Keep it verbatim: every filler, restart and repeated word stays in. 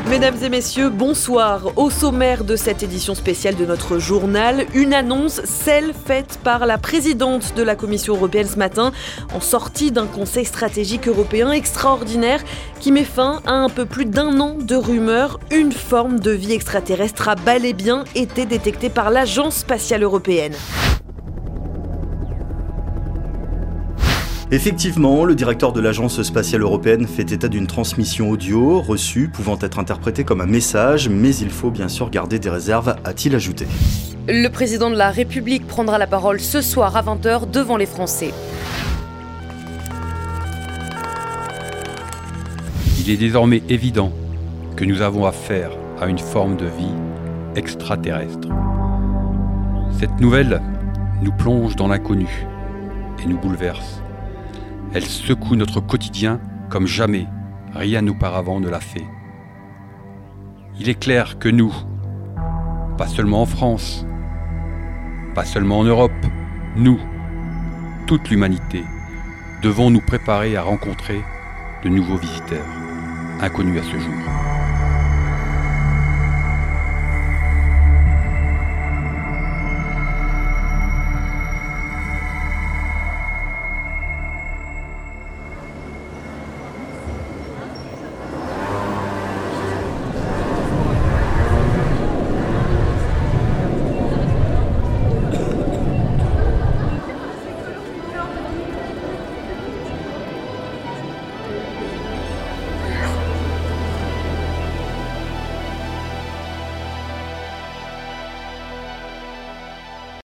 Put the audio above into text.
Mesdames et messieurs, bonsoir. Au sommaire de cette édition spéciale de notre journal, une annonce, celle faite par la présidente de la Commission européenne ce matin, en sortie d'un conseil stratégique européen extraordinaire qui met fin à un peu plus d'un an de rumeurs. Une forme de vie extraterrestre a bel et bien été détectée par l'Agence spatiale européenne. Effectivement, le directeur de l'Agence spatiale européenne fait état d'une transmission audio reçue pouvant être interprétée comme un message, mais il faut bien sûr garder des réserves, a-t-il ajouté. Le président de la République prendra la parole ce soir à vingt heures devant les Français. Il est désormais évident que nous avons affaire à une forme de vie extraterrestre. Cette nouvelle nous plonge dans l'inconnu et nous bouleverse. Elle secoue notre quotidien comme jamais rien auparavant ne l'a fait. Il est clair que nous, pas seulement en France, pas seulement en Europe, nous, toute l'humanité, devons nous préparer à rencontrer de nouveaux visiteurs, inconnus à ce jour.